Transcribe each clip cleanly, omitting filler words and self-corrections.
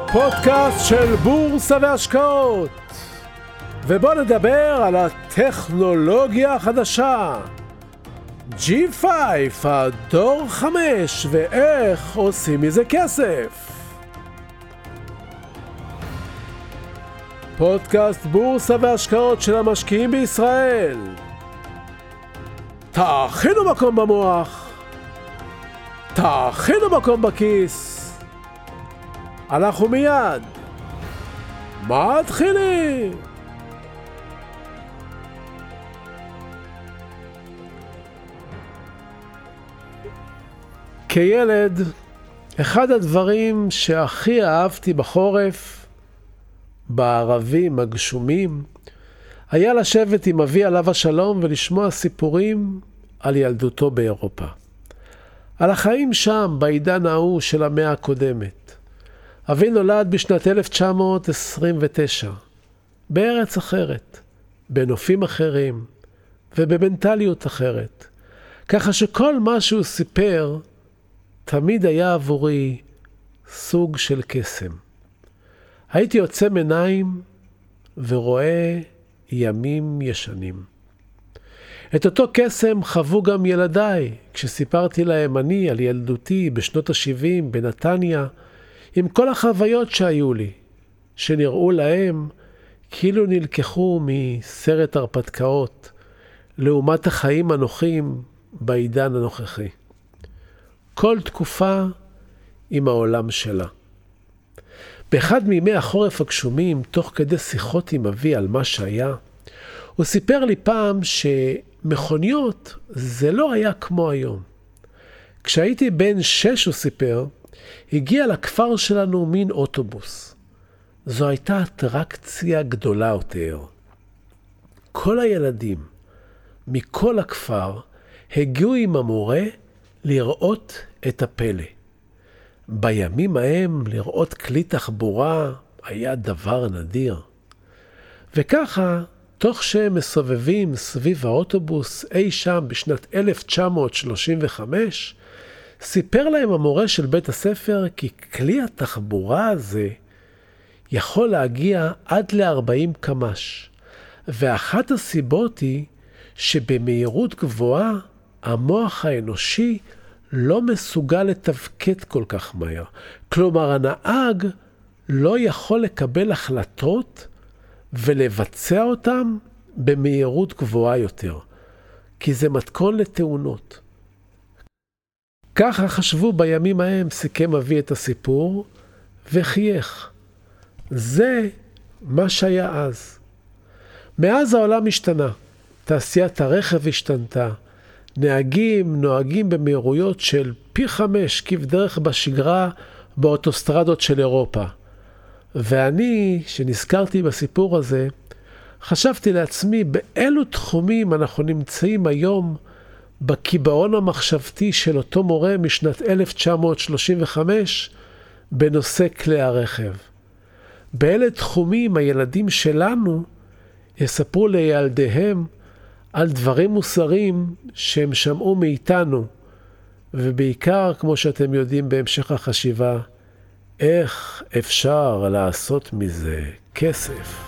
פודקאסט של בורסה והשקעות, ובוא נדבר על הטכנולוגיה החדשה G5 הדור 5 ואיך עושים מזה כסף. פודקאסט בורסה והשקעות של המשקיעים בישראל. תאכינו מקום במוח, תאכינו מקום בכיס, אנחנו מיד מתחילים. כילד, אחד הדברים שהכי אהבתי בחורף, בערבים הגשומים, היה לשבת עם אבי עליו השלום ולשמוע סיפורים על ילדותו באירופה. על החיים שם בעידן ההוא של המאה הקודמת. אבי נולד בשנת 1929, בארץ אחרת, בנופים אחרים ובמנטליות אחרת. ככה שכל מה שהוא סיפר תמיד היה עבורי סוג של קסם. הייתי יוצא מעיניים ורואה ימים ישנים. את אותו קסם חוו גם ילדיי, כשסיפרתי להם אני על ילדותי בשנות ה-70 בנתניה, עם כל החוויות שהיו לי, שנראו להם כאילו נלקחו מסרט הרפתקאות, לעומת החיים הנוחים בעידן הנוכחי. כל תקופה עם העולם שלה. באחד מימי החורף הגשומים, תוך כדי שיחות עם אבי על מה שהיה, הוא סיפר לי פעם שמכוניות זה לא היה כמו היום. כשהייתי בן 6, הוא סיפר, הגיע לכפר שלנו מין אוטובוס. זו הייתה אטרקציה גדולה יותר. כל הילדים מכל הכפר הגיעו עם המורה לראות את הפלא. בימים ההם לראות כלי תחבורה היה דבר נדיר. וככה, תוך שהם מסובבים סביב האוטובוס אי שם בשנת 1935, סיפר להם המורה של בית הספר כי כלי התחבורה הזה יכול להגיע עד ל-40 קמ"ש. ואחת הסיבות היא שבמהירות גבוהה המוח האנושי לא מסוגל לתפקד כל כך מהר. כלומר, הנהג לא יכול לקבל החלטות ולבצע אותם במהירות גבוהה יותר, כי זה מתכון לתאונות. ככה חשבו בימים ההם, סיכם אבי את הסיפור וחייך. זה מה שהיה אז. מאז העולם השתנה, תעשיית הרכב השתנתה, נהגים נוהגים במהירויות של פי 5 כבדרך בשגרה באוטוסטרדות של אירופה. ואני, שנזכרתי בסיפור הזה, חשבתי לעצמי באילו תחומים אנחנו נמצאים היום בקיבעון המחשבתי של אותו מורה משנת 1935 בנושא כלי הרכב. באלה תחומים הילדים שלנו יספרו לילדיהם על דברים מוסריים שהם שמעו מאיתנו, ובעיקר, כמו שאתם יודעים בהמשך החשיבה, איך אפשר לעשות מזה כסף.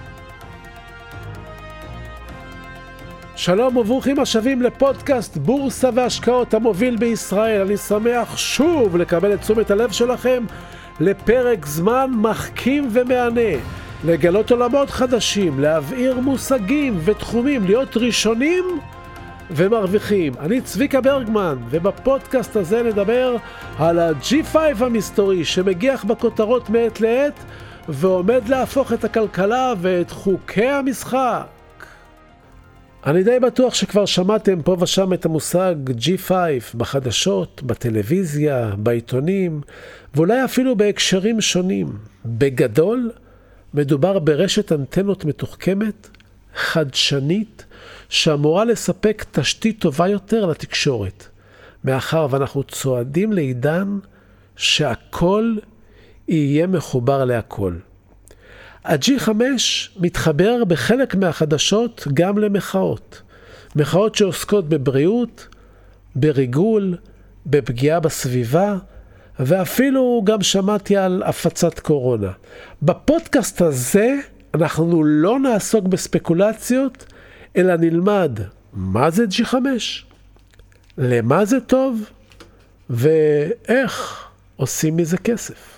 שלום וברוכים השבים לפודקאסט בורסה והשקעות המוביל בישראל. אני שמח שוב לקבל את תשומת הלב שלכם לפרק זמן מחכים ומענה, לגלות עולמות חדשים, להבהיר מושגים ותחומים, להיות ראשונים ומרוויחים. אני צביקה ברגמן, ובפודקאסט הזה נדבר על ה-G5 המסתורי שמגיח בכותרות מעת לעת ועומד להפוך את הכלכלה ואת חוקי המשחק. אני די בטוח שכבר שמעתם פה ושם את המושג G5 בחדשות, בטלוויזיה, בעיתונים, ואולי אפילו בהקשרים שונים. בגדול, מדובר ברשת אנטנות מתוחכמת, חדשנית, שאמורה לספק תשתית טובה יותר לתקשורת, מאחר ואנחנו צועדים לעידן שהכל יהיה מחובר להכל. ה-G5 מתחבר בחלק מהחדשות גם למחאות. מחאות שעוסקות בבריאות, בריגול, בפגיעה בסביבה, ואפילו גם שמעתי על הפצת קורונה. בפודקאסט הזה אנחנו לא נעסוק בספקולציות, אלא נלמד מה זה G5, למה זה טוב, ואיך עושים מזה כסף.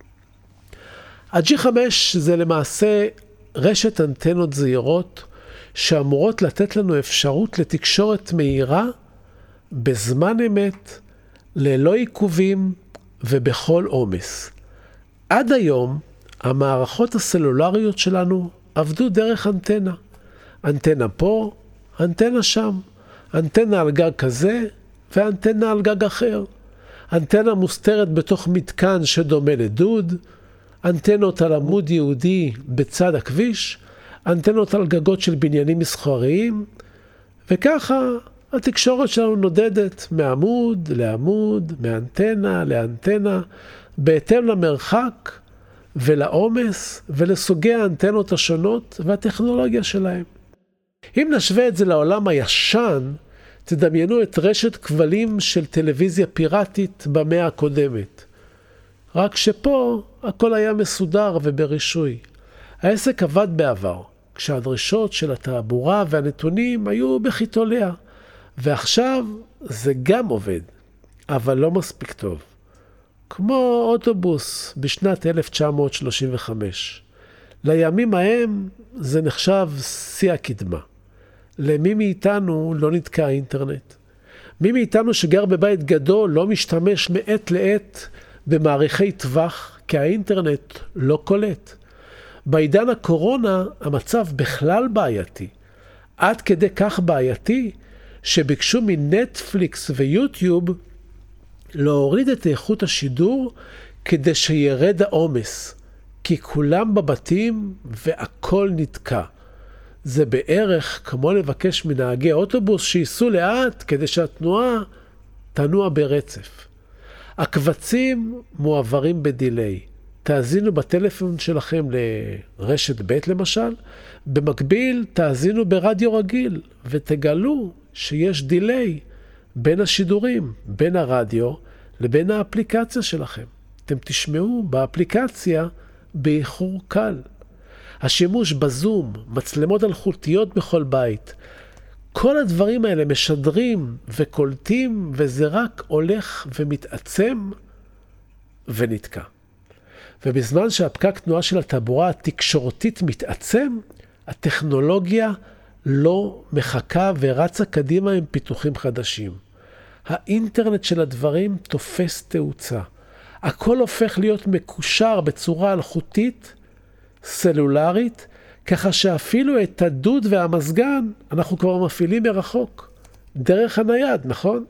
ה-G5 זה למעשה רשת אנטנות זעירות שאמורות לתת לנו אפשרות לתקשורת מהירה בזמן אמת, ללא עיכובים ובכל עומס. עד היום המערכות הסלולריות שלנו עבדו דרך אנטנה. אנטנה פה, אנטנה שם. אנטנה על גג כזה ואנטנה על גג אחר. אנטנה מוסתרת בתוך מתקן שדומה לדוד. אנטנות על עמוד יהודי בצד הכביש. אנטנות על גגות של בניינים מסחריים. וככה התקשורת שלנו נודדת מעמוד לעמוד, מאנטנה לאנטנה, בהתאם למרחק ולעומס ולסוגי האנטנות השונות והטכנולוגיה שלהם. אם נשווה את זה לעולם הישן, תדמיינו את רשת כבלים של טלוויזיה פיראטית במאה הקודמת. רק שפה הכל היה מסודר וברישוי. העסק עבד בעבר, כשהדרישות של התעבורה והנתונים היו בחיתוליה. ועכשיו זה גם עובד, אבל לא מספיק טוב. כמו אוטובוס בשנת 1935. לימים ההם זה נחשב שיא הקדמה. למי מאיתנו לא נתקע האינטרנט? מי מאיתנו שגר בבית גדול לא משתמש מעת לעת במעריכי טווח, כי האינטרנט לא קולט. בעידן הקורונה המצב בכלל בעייתי. עד כדי כך בעייתי שביקשו מנטפליקס ויוטיוב להוריד את איכות השידור כדי שירד העומס, כי כולם בבתים והכל נתקע. זה בערך כמו לבקש מנהגי אוטובוס שיסעו לאט כדי שהתנועה תנוע ברצף. הקבצים מועברים בדיליי. תאזינו בטלפון שלכם לרשת ב' למשל, במקביל תאזינו ברדיו רגיל ותגלו שיש דיליי בין השידורים, בין הרדיו לבין האפליקציה שלכם. אתם תשמעו באפליקציה באיחור קל. השימוש בזום, מצלמות אלחוטיות בכל בית, כל הדברים האלה משדרים וקולטים, וזה רק הולך ומתעצם ונתקע. ובזמן שהפקק תנועה של התעבורה התקשורתית מתעצם, הטכנולוגיה לא מחכה ורצה קדימה עם פיתוחים חדשים. האינטרנט של הדברים תופס תאוצה. הכל הופך להיות מקושר בצורה אלחוטית, סלולרית, ככה שאפילו את הדוד והמזגן אנחנו כבר מפעילים מרחוק, דרך הנייד, נכון?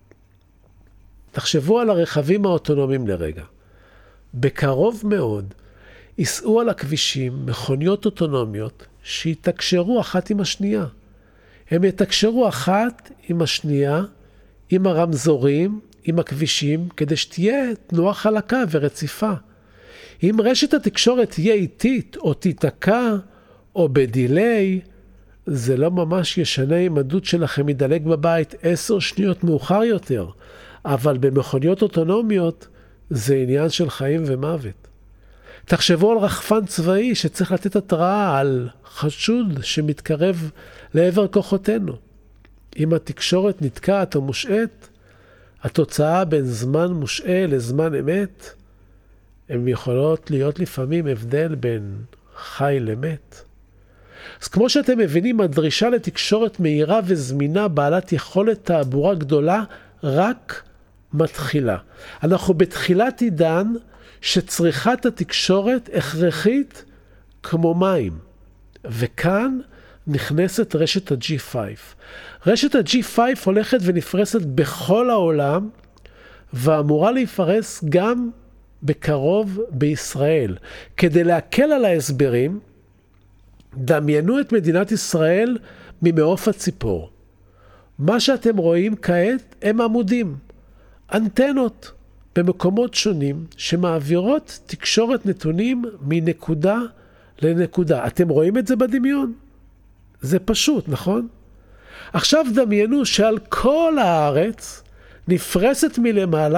תחשבו על הרכבים האוטונומיים לרגע. בקרוב מאוד ייסעו על הכבישים מכוניות אוטונומיות שיתקשרו אחת עם השנייה. הם יתקשרו אחת עם השנייה, עם הרמזורים, עם הכבישים, כדי שתהיה תנועה חלקה ורציפה. אם רשת התקשורת תהיה איטית או תיתקע או בדיליי, זה לא ממש ישנה אם הדוד שלכם ידלק בבית 10 שניות מאוחר יותר, אבל במכוניות אוטונומיות זה עניין של חיים ומוות. תחשבו על רחפן צבאי שצריך לתת התראה על חשוד שמתקרב לעבר כוחותינו. אם התקשורת נתקעת או מושעת, התוצאה בין זמן מושעה לזמן אמת, הן יכולות להיות לפעמים הבדל בין חי למת. אז כמו שאתם מבינים, הדרישה לתקשורת מהירה וזמינה בעלת יכולת תעבורה גדולה רק מתחילה. אנחנו בתחילת עידן שצריכת התקשורת הכרחית כמו מים. וכאן נכנסת רשת ה-G5. רשת ה-G5 הולכת ונפרסת בכל העולם, ואמורה להיפרס גם בקרוב בישראל. כדי להקל על ההסברים, דמיינו את מדינת ישראל ממעוף הציפור. מה שאתם רואים כעת הם עמודים, אנטנות במקומות שונים שמעבירות תקשורת נתונים מנקודה לנקודה. אתם רואים את זה בדמיון? זה פשוט, נכון? עכשיו דמיינו שעל כל הארץ נפרסת מלמעלה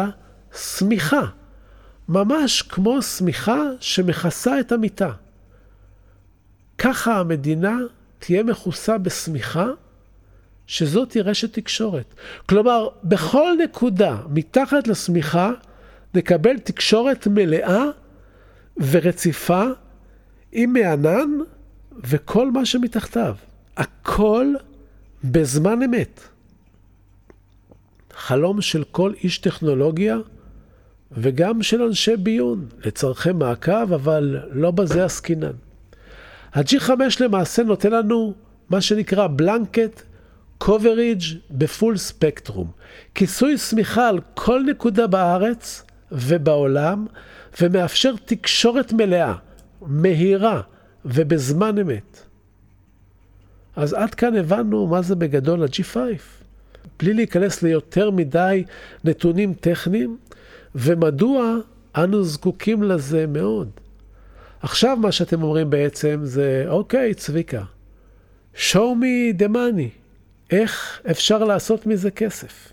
סמיכה, ממש כמו סמיכה שמכסה את המיטה. ככה המדינה תהיה מכוסה בסמיכה, שזאת היא רשת תקשורת. כלומר, בכל נקודה מתחת לסמיכה, נקבל תקשורת מלאה ורציפה עם מענן וכל מה שמתחתיו. הכל בזמן אמת. חלום של כל איש טכנולוגיה וגם של אנשי ביון, לצורכי מעקב, אבל לא בזה עסקינן. ה-G5 למעשה נותן לנו מה שנקרא בלנקט coverage בפול ספקטרום. כיסוי סמיכה על כל נקודה בארץ ובעולם, ומאפשר תקשורת מלאה, מהירה ובזמן אמת. אז עד כאן הבנו מה זה בגדול ה-G5. בלי להיכנס ליותר מדי נתונים טכניים, ומדוע אנו זקוקים לזה מאוד. עכשיו מה שאתם אומרים בעצם זה, אוקיי, צביקה, show me the money. איך אפשר לעשות מזה כסף?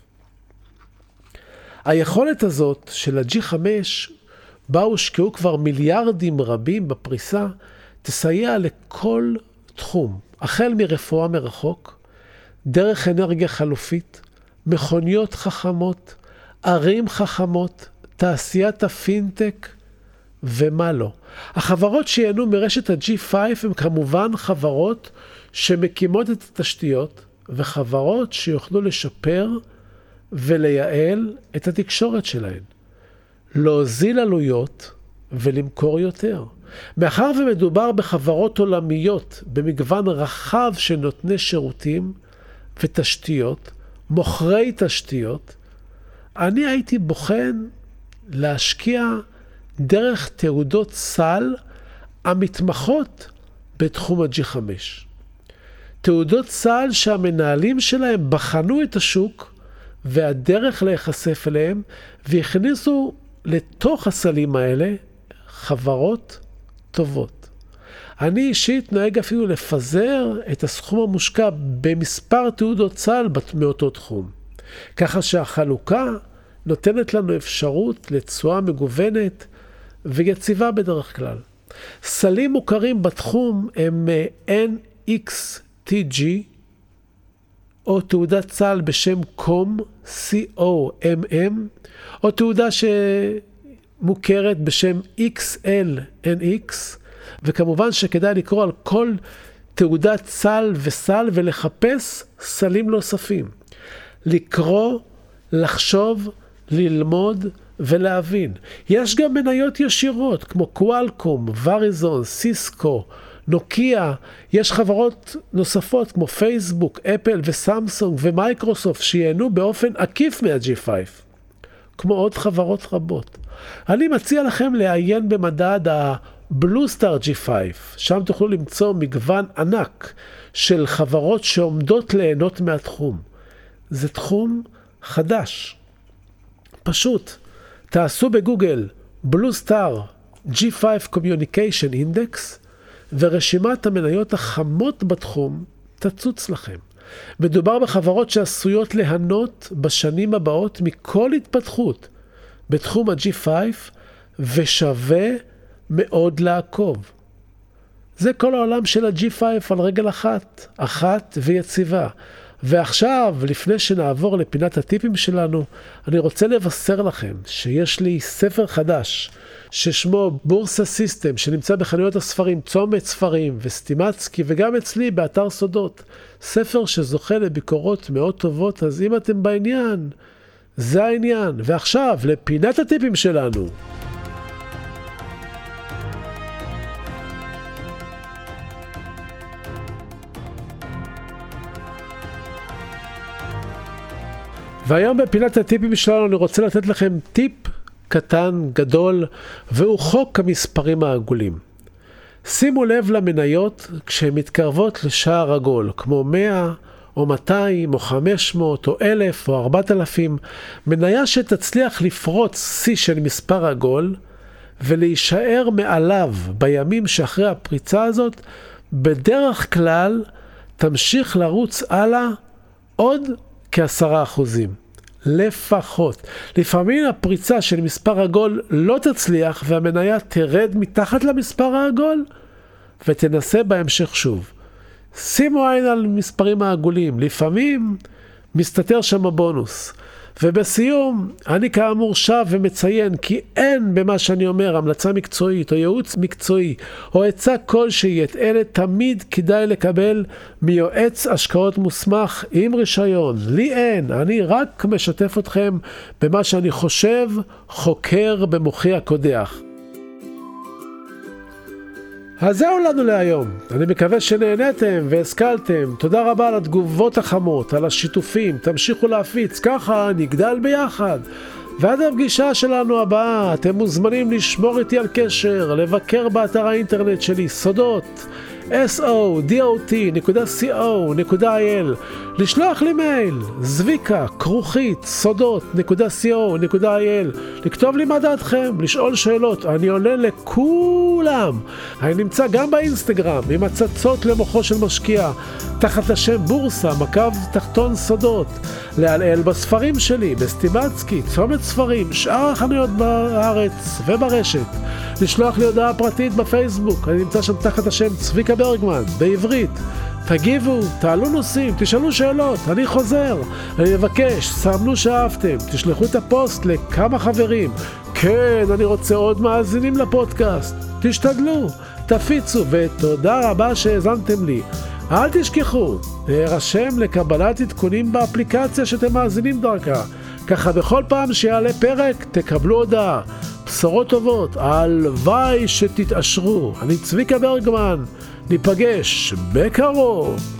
היכולת הזאת של ה-G5, בה הושקעו כבר מיליארדים רבים בפריסה, תסייע לכל תחום, החל מרפואה מרחוק, דרך אנרגיה חלופית, מכוניות חכמות, ערים חכמות, תעשיית הפינטק ומה לא. החברות שיהנו מרשת ה-G5 הן כמובן חברות שמקימות את התשתיות, וחברות שיוכלו לשפר ולייעל את התקשורת שלהן. להוזיל עלויות ולמכור יותר. מאחר ומדובר בחברות עולמיות במגוון רחב של נותני שירותים ותשתיות, מוכרי תשתיות, אני הייתי בוחן להשקיע דרך תעודות סל המתמחות בתחום ה-G5. תעודות סל שהמנהלים שלהם בחנו את השוק והדרך להיחשף אליהם, והכניסו לתוך הסלים האלה חברות טובות. אני אישית נוהג אפילו לפזר את הסכום המושקע במספר תעודות סל מאותו תחום. ככה שהחלוקה נותנת לנו אפשרות לתשואה מגוונת ויציבה בדרך כלל. סלים מוכרים בתחום הם NXTG, או תעודת סל בשם COM, C-O-M-M, או תעודה שמוכרת בשם XLNX, וכמובן שכדאי לקרוא על כל תעודת סל וסל ולחפש סלים נוספים. לקרוא, לחשוב, ללמוד ולהבין. יש גם מניות ישירות כמו קואלקום, וריזון, סיסקו, נוקיה. יש חברות נוספות כמו פייסבוק, אפל וסמסונג ומייקרוסופט שיהנו באופן עקיף מה-G5, כמו עוד חברות רבות. אני מציע לכם לעיין במדד ה-Bluestar G5, שם תוכלו למצוא מגוון ענק של חברות שעומדות ליהנות מהתחום. זה תחום חדש. פשוט תעשו בגוגל Bluestar G5 Communication Index, ורשימת המניות החמות בתחום תצוץ לכם. מדובר בחברות שעשויות ליהנות בשנים הבאות מכל התפתחות בתחום ה-G5, ושווה מאוד לעקוב. זה כל העולם של ה-G5 על רגל אחת ויציבה. ועכשיו, לפני שנעבור לפינת הטיפים שלנו, אני רוצה לבשר לכם שיש לי ספר חדש, ששמו בורסה סיסטם, שנמצא בחנויות הספרים צומת ספרים וסטימצקי, וגם אצלי באתר סודות. ספר שזוכה לביקורות מאוד טובות, אז אם אתם בעניין, זה העניין. ועכשיו, לפינת הטיפים שלנו. והיום בפינת הטיפים שלנו אני רוצה לתת לכם טיפ קטן, גדול, והוא חוק המספרים העגולים. שימו לב למניות כשהן מתקרבות לשער עגול, כמו 100 או 200 או 500 או 1,000 או 4,000, מניה שתצליח לפרוץ שיא של מספר עגול ולהישאר מעליו בימים שאחרי הפריצה הזאת, בדרך כלל תמשיך לרוץ הלאה עוד כ10%. לפחות. לפעמים הפריצה של מספר עגול לא תצליח והמניה תרד מתחת למספר העגול ותנסה בהמשך שוב. שימו עין על מספרים העגולים, לפעמים מסתתר שם הבונוס. ובסיום, אני כאמור שב ומציין כי אין במה שאני אומר המלצה מקצועית או ייעוץ מקצועי או עצה כלשהי, את אלה תמיד כדאי לקבל מיועץ השקעות מוסמך עם רישיון. לי אין, אני רק משתף אתכם במה שאני חושב, חוקר במוחי הקודח. אז זהו לנו להיום. אני מקווה שנהנתם והשכלתם. תודה רבה על התגובות החמות, על השיתופים. תמשיכו להפיץ, ככה נגדל ביחד. ועד הפגישה שלנו הבאה, אתם מוזמנים לשמור איתי על קשר, לבקר באתר האינטרנט שלי, סודות, sodot.co.il, לשלוח לי מייל, zvika@sodot.co.il, לכתוב לי מה דעתכם, לשאול שאלות, אני עונה לכולם. אני נמצא גם באינסטגרם עם הצצות למוחו של משקיע, תחת השם בורסה, _, סודות, להלעל בספרים שלי, בסטימצקי, צומת ספרים, שאר החנויות בארץ וברשת, לשלוח לי הודעה פרטית בפייסבוק, אני נמצא שם תחת השם צביקה ברגמן, בעברית. תגיבו, תעלו נושאים, תשאלו שאלות, אני חוזר. אני מבקש, סמנו שאהבתם, תשלחו את הפוסט לכמה חברים. כן, אני רוצה עוד מאזינים לפודקאסט. תשתדלו, תפיצו, ותודה רבה שהאזנתם לי. אל תשכחו, להירשם לקבלת עדכונים באפליקציה שאתם מאזינים דרכה. ככה בכל פעם שיעלה פרק תקבלו הודעה. בשורות טובות, הלוואי שתתעשרו. אני צביקה ברגמן, ניפגש בקרוב.